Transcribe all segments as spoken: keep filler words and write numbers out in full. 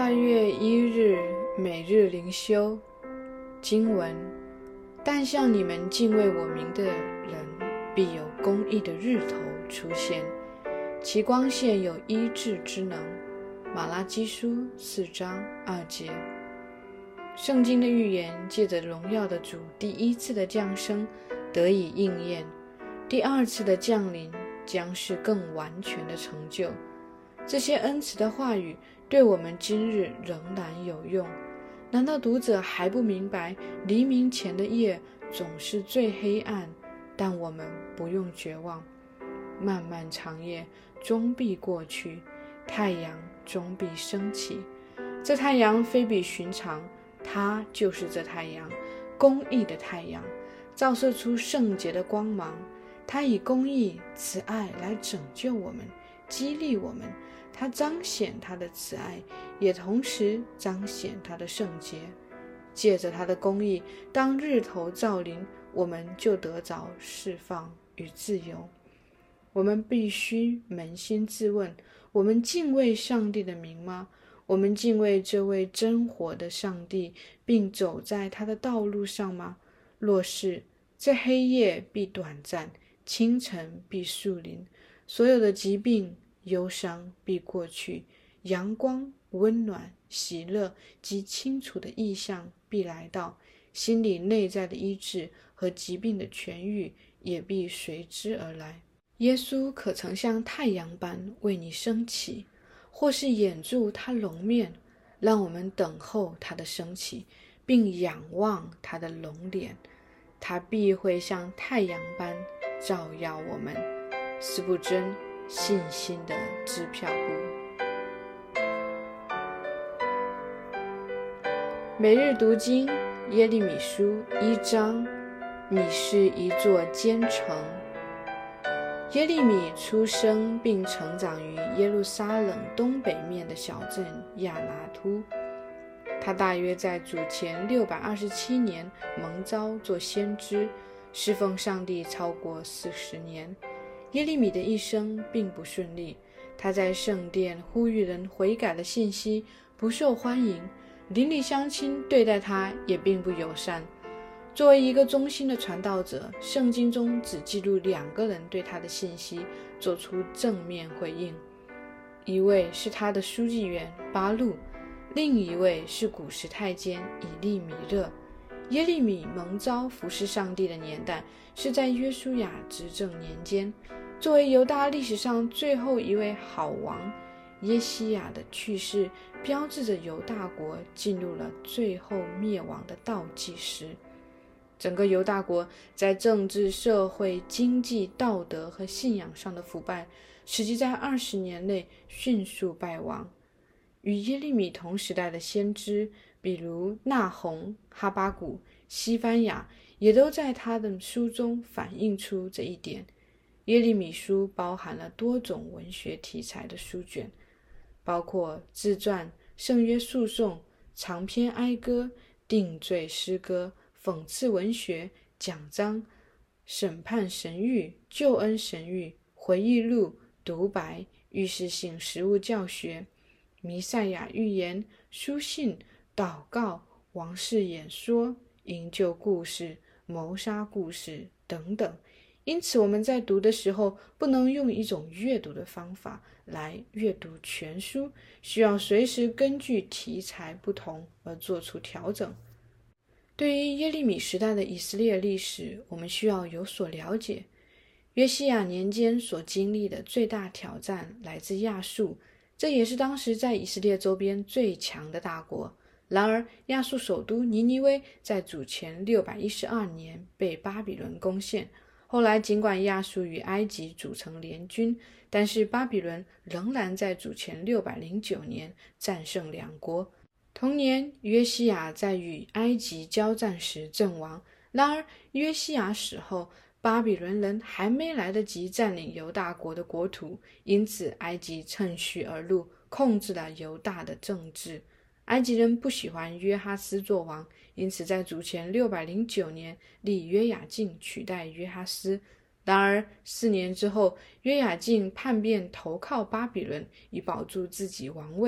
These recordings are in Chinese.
腊月一日，每日灵修。经文：但向你们敬畏我名的人，必有公义的日头出现，其光线有医治之能。马拉基书四章二节。圣经的预言借着荣耀的主第一次的降生得以应验，第二次的降临将是更完全的成就。这些恩慈的话语对我们今日仍然有用。难道读者还不明白黎明前的夜总是最黑暗？但我们不用绝望，漫漫长夜终必过去，太阳终必升起。这太阳非比寻常，它就是这太阳，公义的太阳，照射出圣洁的光芒。它以公义、慈爱来拯救我们，激励我们。它彰显他的慈爱，也同时彰显他的圣洁。借着他的公义，当日头照临，我们就得着释放与自由。我们必须扪心自问，我们敬畏上帝的名吗？我们敬畏这位真活的上帝，并走在他的道路上吗？若是，这黑夜必短暂，清晨必树临，所有的疾病忧伤必过去，阳光、温暖、喜乐及清楚的意象必来到，心理内在的医治和疾病的痊愈也必随之而来。耶稣可曾像太阳般为你升起，或是掩住他容面，让我们等候他的升起，并仰望他的容脸。他必会像太阳般照耀我们。司布真信心的支票簿。每日读经，耶利米书一章。你是一座坚城。耶利米出生并成长于耶路撒冷东北面的小镇亚拿突。他大约在主前六百二十七年蒙召做先知，侍奉上帝超过四十年。耶利米的一生并不顺利，他在圣殿呼吁人悔改的信息不受欢迎，邻里乡亲对待他也并不友善。作为一个忠心的传道者，圣经中只记录两个人对他的信息做出正面回应，一位是他的书记员巴录，另一位是古时太监以利米勒。耶利米蒙召服侍上帝的年代是在约书亚执政年间。作为犹大历史上最后一位好王，耶西亚的去世标志着犹大国进入了最后灭亡的倒计时。整个犹大国在政治、社会、经济、道德和信仰上的腐败，使其在二十年内迅速败亡。与耶利米同时代的先知，比如纳鸿、哈巴谷、西番雅，也都在他的书中反映出这一点。耶利米书包含了多种文学题材的书卷，包括自传、圣约诉讼、长篇哀歌、定罪诗歌、讽刺文学、讲章、审判神谕、救恩神谕、回忆录、独白、预示性实务教学、弥赛亚预言、书信、祷告、王室演说、营救故事、谋杀故事等等。因此我们在读的时候不能用一种阅读的方法来阅读全书，需要随时根据题材不同而做出调整。对于耶利米时代的以色列历史，我们需要有所了解。约西亚年间所经历的最大挑战来自亚述，这也是当时在以色列周边最强的大国。然而亚述首都尼尼微在主前六百一十二年被巴比伦攻陷。后来尽管亚述与埃及组成联军，但是巴比伦仍然在主前六百零九年战胜两国。同年约西亚在与埃及交战时阵亡。然而约西亚死后，巴比伦人还没来得及占领犹大国的国土，因此埃及趁虚而入，控制了犹大的政治。埃及人不喜欢约哈斯做王，因此在主前六百零九年立约雅敬取代约哈斯。然而四年之后，约雅敬叛变投靠巴比伦，以保住自己王位。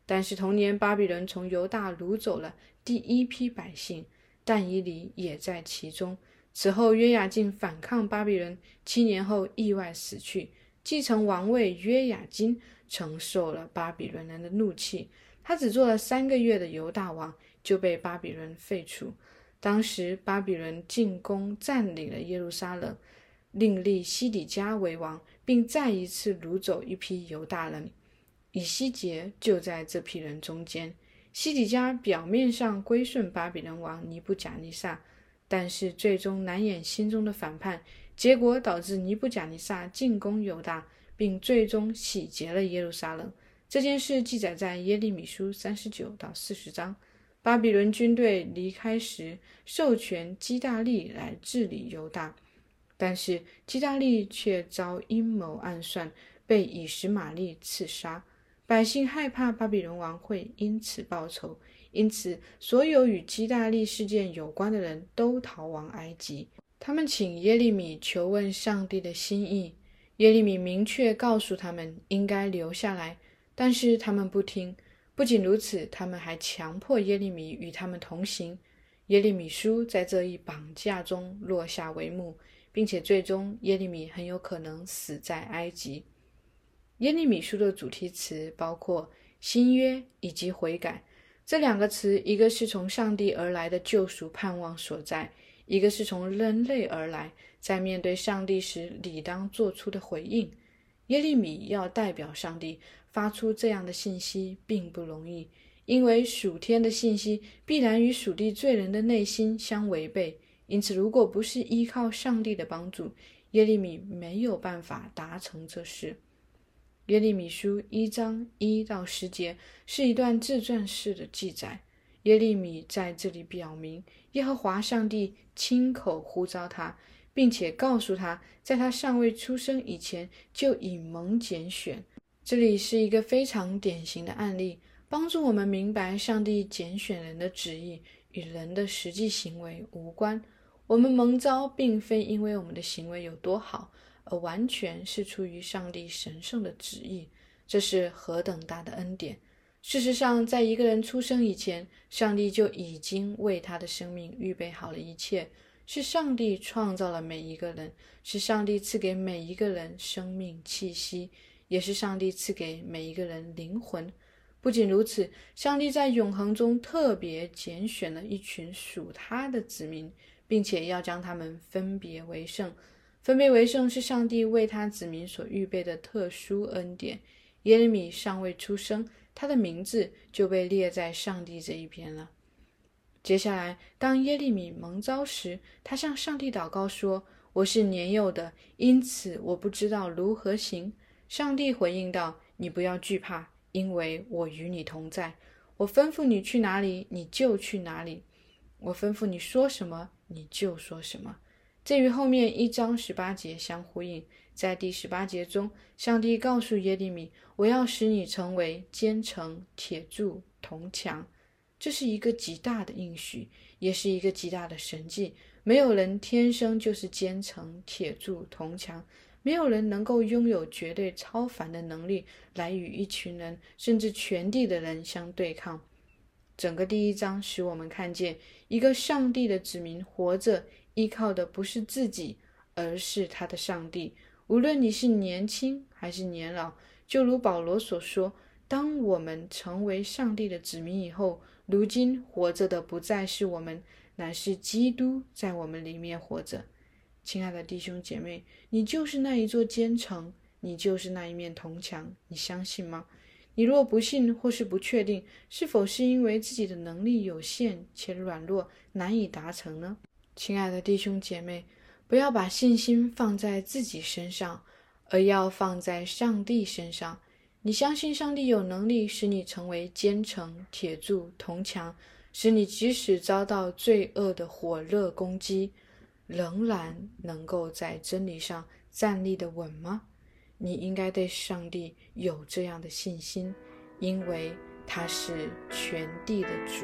但是同年巴比伦从犹大掳走了第一批百姓，但以理也在其中。此后约雅敬反抗巴比伦，七年后意外死去。继承王位约雅斤承受了巴比伦人的怒气，他只做了三个月的犹大王，就被巴比伦废除。当时巴比伦进攻占领了耶路撒冷，另立西底家为王，并再一次掳走一批犹大人。以西结就在这批人中间。西底家表面上归顺巴比伦王尼布甲尼撒，但是最终难掩心中的反叛，结果导致尼布甲尼撒进攻犹大，并最终洗劫了耶路撒冷。这件事记载在耶利米书三十九到四十章。巴比伦军队离开时，授权基大利来治理犹大，但是基大利却遭阴谋暗算，被以实玛利刺杀。百姓害怕巴比伦王会因此报仇，因此所有与基大利事件有关的人都逃亡埃及。他们请耶利米求问上帝的心意，耶利米明确告诉他们应该留下来，但是他们不听。不仅如此，他们还强迫耶利米与他们同行。耶利米书在这一绑架中落下帷幕，并且最终耶利米很有可能死在埃及。耶利米书的主题词包括新约以及悔改。这两个词，一个是从上帝而来的救赎盼望所在，一个是从人类而来，在面对上帝时理当做出的回应。耶利米要代表上帝发出这样的信息并不容易，因为属天的信息必然与属地罪人的内心相违背，因此如果不是依靠上帝的帮助，耶利米没有办法达成这事。耶利米书一章一到十节是一段自传式的记载。耶利米在这里表明，耶和华上帝亲口呼召他，并且告诉他，在他尚未出生以前就已蒙拣选。这里是一个非常典型的案例，帮助我们明白上帝拣选人的旨意与人的实际行为无关。我们蒙召并非因为我们的行为有多好，而完全是出于上帝神圣的旨意。这是何等大的恩典！事实上，在一个人出生以前，上帝就已经为他的生命预备好了一切。是上帝创造了每一个人，是上帝赐给每一个人生命气息，也是上帝赐给每一个人灵魂。不仅如此，上帝在永恒中特别拣选了一群属他的子民，并且要将他们分别为圣。分别为圣是上帝为他子民所预备的特殊恩典。耶利米尚未出生，他的名字就被列在上帝这一边了。接下来，当耶利米蒙召时，他向上帝祷告说，我是年幼的，因此我不知道如何行。上帝回应道，你不要惧怕，因为我与你同在。我吩咐你去哪里，你就去哪里。我吩咐你说什么，你就说什么。这与后面一章十八节相呼应。在第十八节中，上帝告诉耶利米，我要使你成为坚城、铁柱、铜墙。这是一个极大的应许，也是一个极大的神迹。没有人天生就是坚城、铁柱、铜墙，没有人能够拥有绝对超凡的能力来与一群人甚至全地的人相对抗。整个第一章使我们看见一个上帝的子民活着，依靠的不是自己，而是他的上帝。无论你是年轻还是年老，就如保罗所说，当我们成为上帝的子民以后，如今活着的不再是我们，乃是基督在我们里面活着。亲爱的弟兄姐妹，你就是那一座坚城，你就是那一面铜墙，你相信吗？你若不信或是不确定，是否是因为自己的能力有限且软弱，难以达成呢？亲爱的弟兄姐妹，不要把信心放在自己身上，而要放在上帝身上。你相信上帝有能力使你成为坚城、铁柱、铜墙，使你即使遭到罪恶的火热攻击，仍然能够在真理上站立得稳吗？你应该对上帝有这样的信心，因为他是全地的主。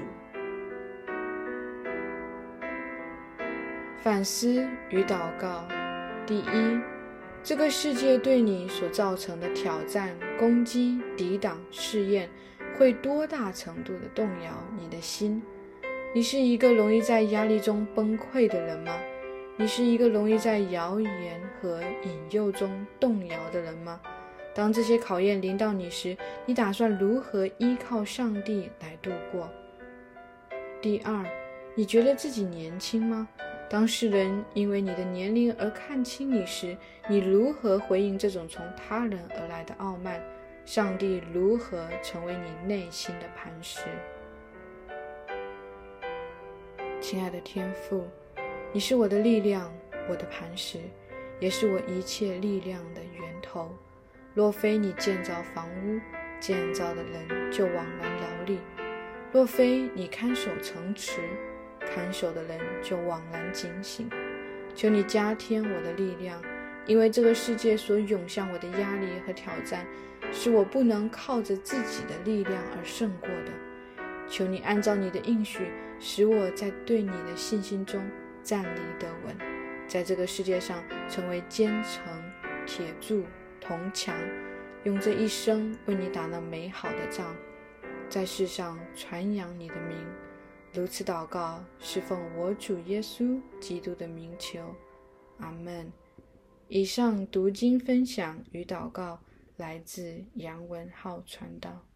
反思与祷告。第一，这个世界对你所造成的挑战、攻击、抵挡、试验， 会多大程度的动摇你的心？你是一个容易在压力中崩溃的人吗？你是一个容易在谣言和引诱中动摇的人吗？当这些考验临到你时，你打算如何依靠上帝来度过？第二，你觉得自己年轻吗？当世人因为你的年龄而看轻你时，你如何回应这种从他人而来的傲慢？上帝如何成为你内心的磐石？亲爱的天父，你是我的力量，我的磐石，也是我一切力量的源头。若非你建造房屋，建造的人就枉然劳力；若非你看守城池，看守的人就枉然警醒。求你加添我的力量，因为这个世界所涌向我的压力和挑战，是我不能靠着自己的力量而胜过的。求你按照你的应许，使我在对你的信心中站立得稳，在这个世界上成为坚城、铁柱、铜墙，用这一生为你打那美好的仗，在世上传扬你的名。如此祷告，是奉我主耶稣基督的名求，阿们。以上读经分享与祷告来自杨文浩传道。